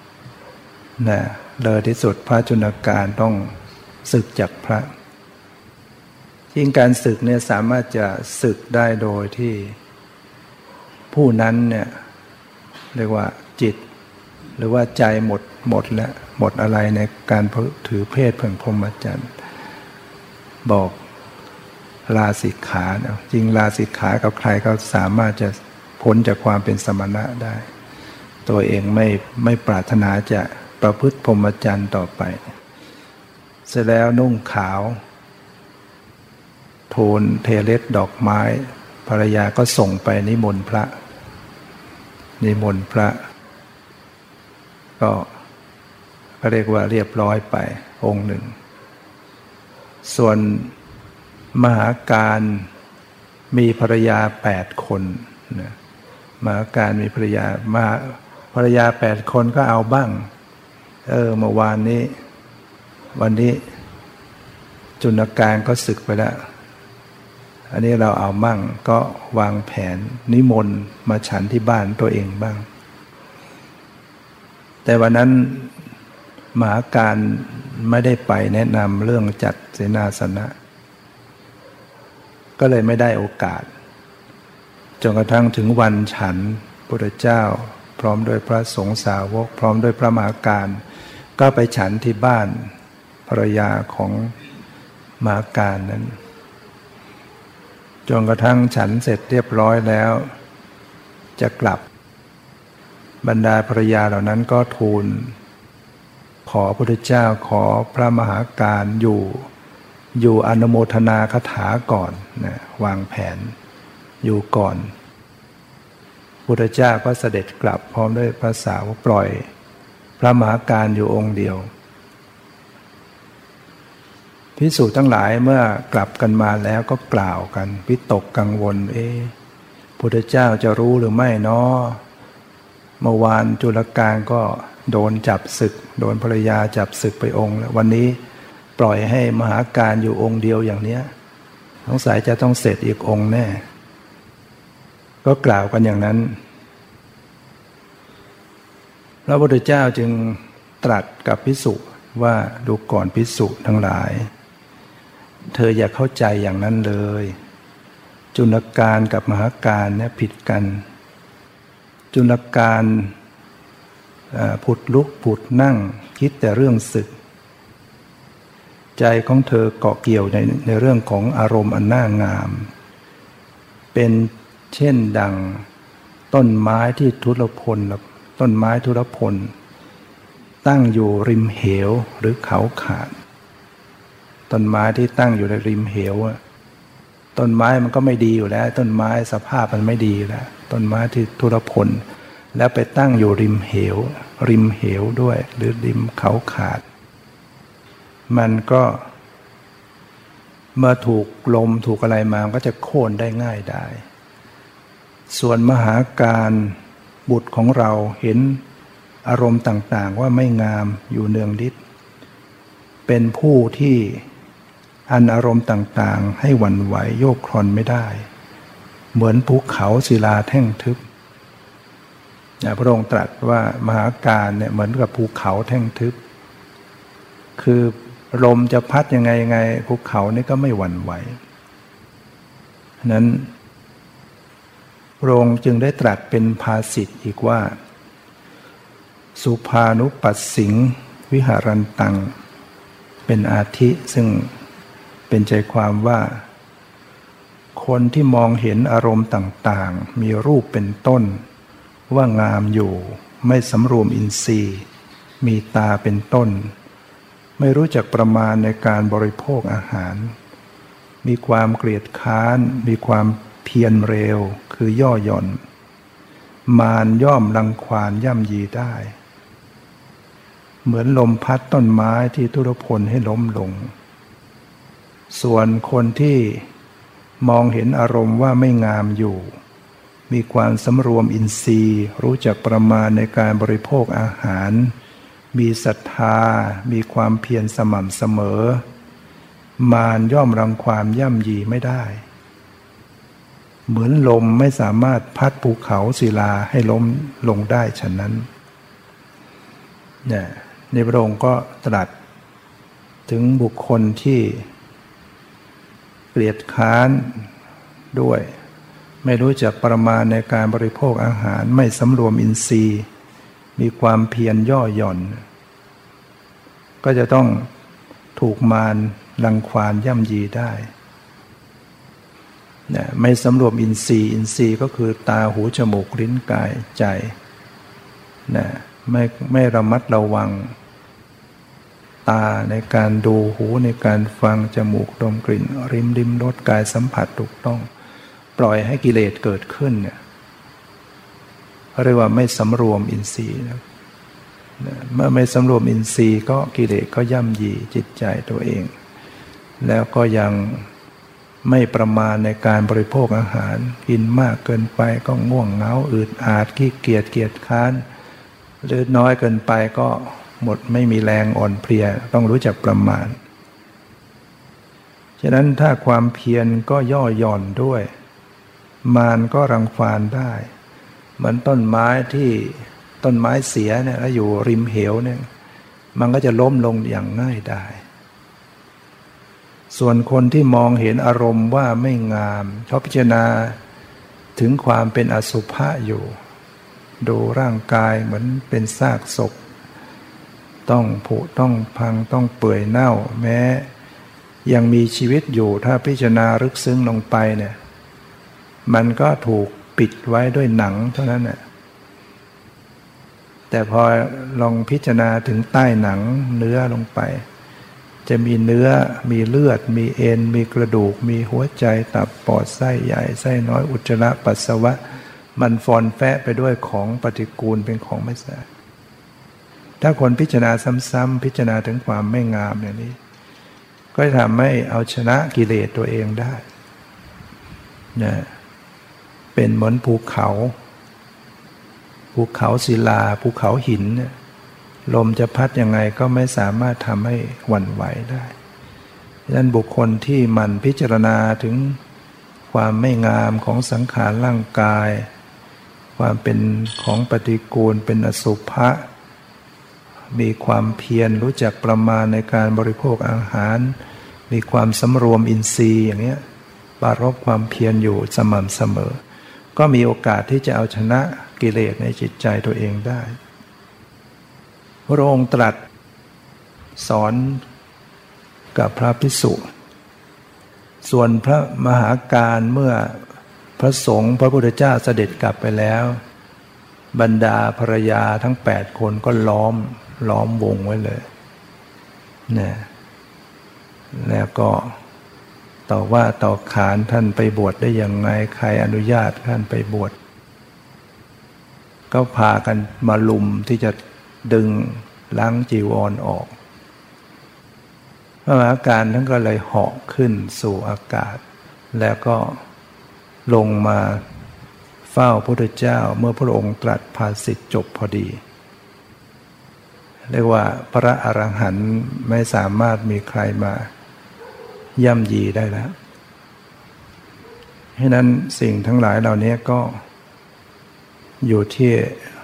เลยที่สุดพระจุลกาลต้องสึกจากพระยิ่งการสึกเนี่ยสามารถจะสึกได้โดยที่ผู้นั้นเนี่ยเรียกว่าจิตหรือว่าใจหมดแล้วหมดอะไรในการถือเพศเพ่งพรหมจรรย์บอกลาสิกขาจริงลาสิกขากับใครก็สามารถจะพ้นจากความเป็นสมณะได้ตัวเองไม่ปรารถนาจะประพฤติพรหมจรรย์ต่อไปเสร็จแล้วนุ่งขาวโทนเทเล็ดดอกไม้ภรรยาก็ส่งไปนิมนต์พระก็เรียกว่าเรียบร้อยไปองค์หนึ่งส่วนมหาการมีภรรยา8 คนนะมหาการมีภรรยา8 คนก็เอาบ้างเมื่อวานนี้วันนี้จุลการก็ศึกไปแล้วอันนี้เราเอาบ้างก็วางแผนนิมนต์มาฉันที่บ้านตัวเองบ้างแต่วันนั้นมหาการไม่ได้ไปแนะนำเรื่องจัดเสนาสนะก็เลยไม่ได้โอกาสจนกระทั่งถึงวันฉันพุทธเจ้าพร้อมด้วยพระสงฆ์สาวกพร้อมด้วยพระมหาการก็ไปฉันที่บ้านภรรยาของมหาการนั้นจนกระทั่งฉันเสร็จเรียบร้อยแล้วจะกลับบรรดาภรรยาเหล่านั้นก็ทูลขอพระพุทธเจ้าขอพระมหาการอยู่อนุโมทนาคถาก่อนนะวางแผนอยู่ก่อนพุทธเจ้าก็เสด็จกลับพร้อมด้วยพระสาวกปล่อยพระมหาการอยู่องค์เดียวภิกษุทั้งหลายเมื่อกลับกันมาแล้วก็กล่าวกันวิตกกังวลพุทธเจ้าจะรู้หรือไม่เนาะเมื่อวานจุลการก็โดนจับศึกโดนภรรยาจับศึกไปองค์แล้ววันนี้ปล่อยให้มหาการอยู่องค์เดียวอย่างเนี้ยสงสัยจะต้องเสร็จอีกองค์แน่ก็กล่าวกันอย่างนั้นพระพุทธเจ้าจึงตรัสกับภิกษุว่าดูก่อนภิกษุทั้งหลายเธออย่าเข้าใจอย่างนั้นเลยจุลการกับมหาการเนี่ยผิดกันจุลการผุดลุกผุดนั่งคิดแต่เรื่องศึกใจของเธอเกาะเกี่ยวในเรื่องของอารมณ์อันน่างามเป็นเช่นดังต้นไม้ที่ทุรพลต้นไม้ทุรพลตั้งอยู่ริมเหวหรือเขาขาดต้นไม้ที่ตั้งอยู่ในริมเหวต้นไม้มันก็ไม่ดีอยู่แล้วต้นไม้สภาพมันไม่ดีแล้วต้นไม้ที่ทุรพลแล้วไปตั้งอยู่ริมเหวด้วยหรือริมเขาขาดมันก็เมื่อถูกลมถูกอะไรมามันก็จะโค่นได้ง่ายได้ส่วนมหาการบุตรของเราเห็นอารมณ์ต่างๆว่าไม่งามอยู่เนืองนิดเป็นผู้ที่อันอารมณ์ต่างๆให้หวั่นไหวโยกคลอนไม่ได้เหมือนภูเขาศิลาแท่งทึบพระองค์ตรัสว่ามหาการเนี่ยเหมือนกับภูเขาแท่งทึบคือลมจะพัดยังไงภูเขานี่ก็ไม่หวั่นไหวนั้นพระองค์จึงได้ตรัสเป็นภาษิตอีกว่าสุภานุปัสสิงวิหารันตังเป็นอาทิซึ่งเป็นใจความว่าคนที่มองเห็นอารมณ์ต่างๆมีรูปเป็นต้นว่างามอยู่ไม่สำรวมอินทรีย์มีตาเป็นต้นไม่รู้จักประมาณในการบริโภคอาหารมีความเกลียดค้านมีความเพียรเร็วคือย่อหย่อนมารย่อมรังควานย่ำยีได้เหมือนลมพัดต้นไม้ที่ทุรพลให้ล้มลงส่วนคนที่มองเห็นอารมณ์ว่าไม่งามอยู่มีความสำรวมอินทรีย์รู้จักประมาณในการบริโภคอาหารมีศรัทธามีความเพียรสม่ำเสมอมารย่อมรังความย่ำยีไม่ได้เหมือนลมไม่สามารถพัดภูเขาศิลาให้ล้มลงได้ฉะนั้นเนี่ยในพระองค์ก็ตรัสถึงบุคคลที่เกลียดค้านด้วยไม่รู้จักประมาณในการบริโภคอาหารไม่สำรวมอินทรีย์มีความเพียรย่อหย่อนก็จะต้องถูกมารรังควานย่ำยีได้ไม่สำรวมอินทรีย์ก็คือตาหูจมูกลิ้นกายใจไม่ระมัดระวังตาในการดูหูในการฟังจมูกดมกลิ่นริมรสกายสัมผัสถูกต้องปล่อยให้กิเลสเกิดขึ้นเนี่ยเรียกว่าไม่สำรวมอินทรีย์เมื่อไม่สำรวมอินทรีย์ก็กิเลสก็ย่ำยีจิตใจตัวเองแล้วก็ยังไม่ประมาณในการบริโภคอาหารกินมากเกินไปก็ง่วงเหงาอืดอาดขี้เกียจเกียจค้านหรือน้อยเกินไปก็หมดไม่มีแรงอ่อนเพลียต้องรู้จักประมาณฉะนั้นถ้าความเพียรก็ย่อหย่อนด้วยมารก็รังควานได้เหมือนต้นไม้เสียเนี่ยแล้วอยู่ริมเหวเนี่ยมันก็จะล้มลงอย่างง่ายได้ส่วนคนที่มองเห็นอารมณ์ว่าไม่งามชอบพิจารณาถึงความเป็นอสุภะอยู่ดูร่างกายเหมือนเป็นซากศพต้องผุต้องพังต้องเปื่อยเน่าแม้ยังมีชีวิตอยู่ถ้าพิจารณาลึกซึ้งลงไปเนี่ยมันก็ถูกปิดไว้ด้วยหนังเท่านั้นแหละแต่พอลองพิจารณาถึงใต้หนังเนื้อลงไปจะมีเนื้อมีเลือดมีเอ็นมีกระดูกมีหัวใจตับปอดไส้ใหญ่ไส้น้อยอุจจาระปัสสาวะมันฟอนแฟะไปด้วยของปฏิกูลเป็นของไม่สะอาดถ้าคนพิจารณาซ้ำๆพิจารณาถึงความไม่งามอย่างนี้ก็จะทำให้เอาชนะกิเลสตัวเองได้นะเป็นเหมือนภูเขาศิลาภูเขาหินเนี่ยลมจะพัดยังไงก็ไม่สามารถทำให้หวั่นไหวได้ดังนั้นบุคคลที่มันพิจารณาถึงความไม่งามของสังขารร่างกายความเป็นของปฏิกูลเป็นอสุภะมีความเพียรรู้จักประมาณในการบริโภคอาหารมีความสำรวมอินทรีย์อย่างนี้ปรารภความเพียรอยู่สม่ำเสมอก็มีโอกาสที่จะเอาชนะกิเลสในจิตใจตัวเองได้พระองค์ตรัสสอนกับพระภิกษุส่วนพระมหาการเมื่อพระสงฆ์พระพุทธเจ้าเสด็จกลับไปแล้วบรรดาภรรยาทั้ง8คนก็ล้อมวงไว้เลยเนี่ยแล้วก็ต่อว่าต่อขานท่านไปบวชได้อย่างไรใครอนุญาตท่านไปบวชก็พากันมาลุมที่จะดึงล้างจีวรออกพระมหาการท่านก็เลยเหาะขึ้นสู่อากาศแล้วก็ลงมาเฝ้าพระพุทธเจ้าเมื่อพระองค์ตรัสภาษิตจบพอดีเรียกว่าพระอรหันต์ไม่สามารถมีใครมาย่ำยีได้แล้วฉะนั้นสิ่งทั้งหลายเหล่านี้ก็อยู่ที่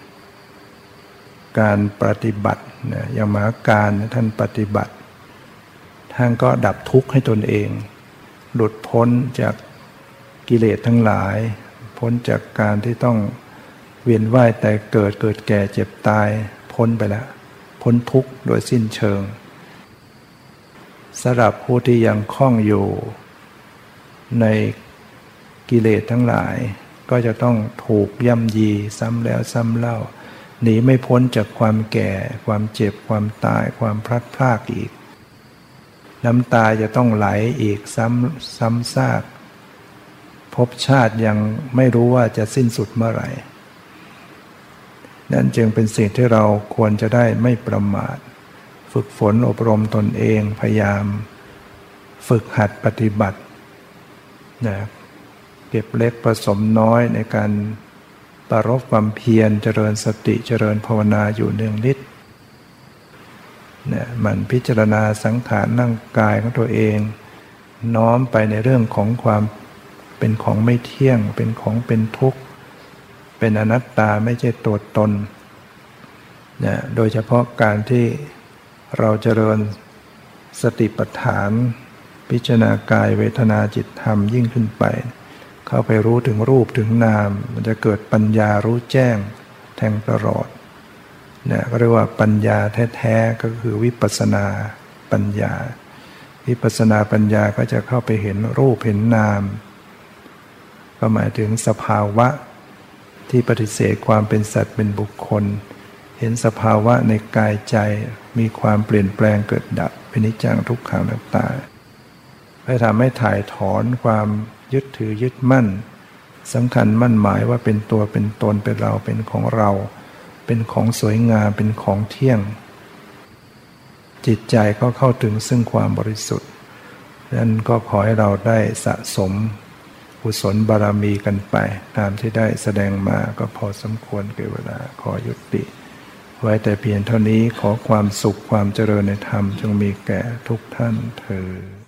การปฏิบัติอย่างมหาการท่านปฏิบัติท่านก็ดับทุกข์ให้ตนเองหลุดพ้นจากกิเลสทั้งหลายพ้นจากการที่ต้องเวียนว่ายแต่เกิดแก่เจ็บตายพ้นไปแล้วพ้นทุกข์โดยสิ้นเชิงสำหรับผู้ที่ยังคล้องอยู่ในกิเลสทั้งหลายก็จะต้องถูกย่ำยีซ้ำแล้วซ้ำเล่าหนีไม่พ้นจากความแก่ความเจ็บความตายความพลัดพรากอีกน้ำตาจะต้องไหลอีกซ้ำซากภพชาติยังไม่รู้ว่าจะสิ้นสุดเมื่อไหร่นั่นจึงเป็นสิ่งที่เราควรจะได้ไม่ประมาทฝึกฝนอบรมตนเองพยายามฝึกหัดปฏิบัตินะเก็บเล็กผสมน้อยในการปรารภความเพียรเจริญสติเจริญภาวนาอยู่เนืองนิดเนี่ยมันพิจารณาสังขารร่างกายของตัวเองน้อมไปในเรื่องของความเป็นของไม่เที่ยงเป็นของเป็นทุกข์เป็นอนัตตาไม่ใช่ตัวตนเนี่ยโดยเฉพาะการที่เราเจริญสติปัฏฐานพิจารณากายเวทนาจิตธรรมยิ่งขึ้นไปเข้าไปรู้ถึงรูปถึงนามมันจะเกิดปัญญารู้แจ้งแทงตลอดเนี่ยก็เรียกว่าปัญญาแท้ๆก็คือวิปัสสนาปัญญาวิปัสสนาปัญญาก็จะเข้าไปเห็นรูปเห็นนามก็หมายถึงสภาวะที่ปฏิเสธความเป็นสัตว์เป็นบุคคลเห็นสภาวะในกายใจมีความเปลี่ยนแปลงเกิดดับเป็นนิจจังทุกขังอนัตตาให้ทำให้ถ่ายถอนความยึดถือยึดมั่นสำคัญมั่นหมายว่าเป็นตัวเป็นตนเป็นเราเป็นของเราเป็นของสวยงามเป็นของเที่ยงจิตใจก็เข้าถึงซึ่งความบริสุทธิ์ดังนั้นก็ขอให้เราได้สะสมกุศลบารมีกันไปตามที่ได้แสดงมาก็พอสมควรแก่เวลาขอยุติไว้แต่เพียงเท่านี้ขอความสุขความเจริญในธรรมจงมีแก่ทุกท่านเทอญ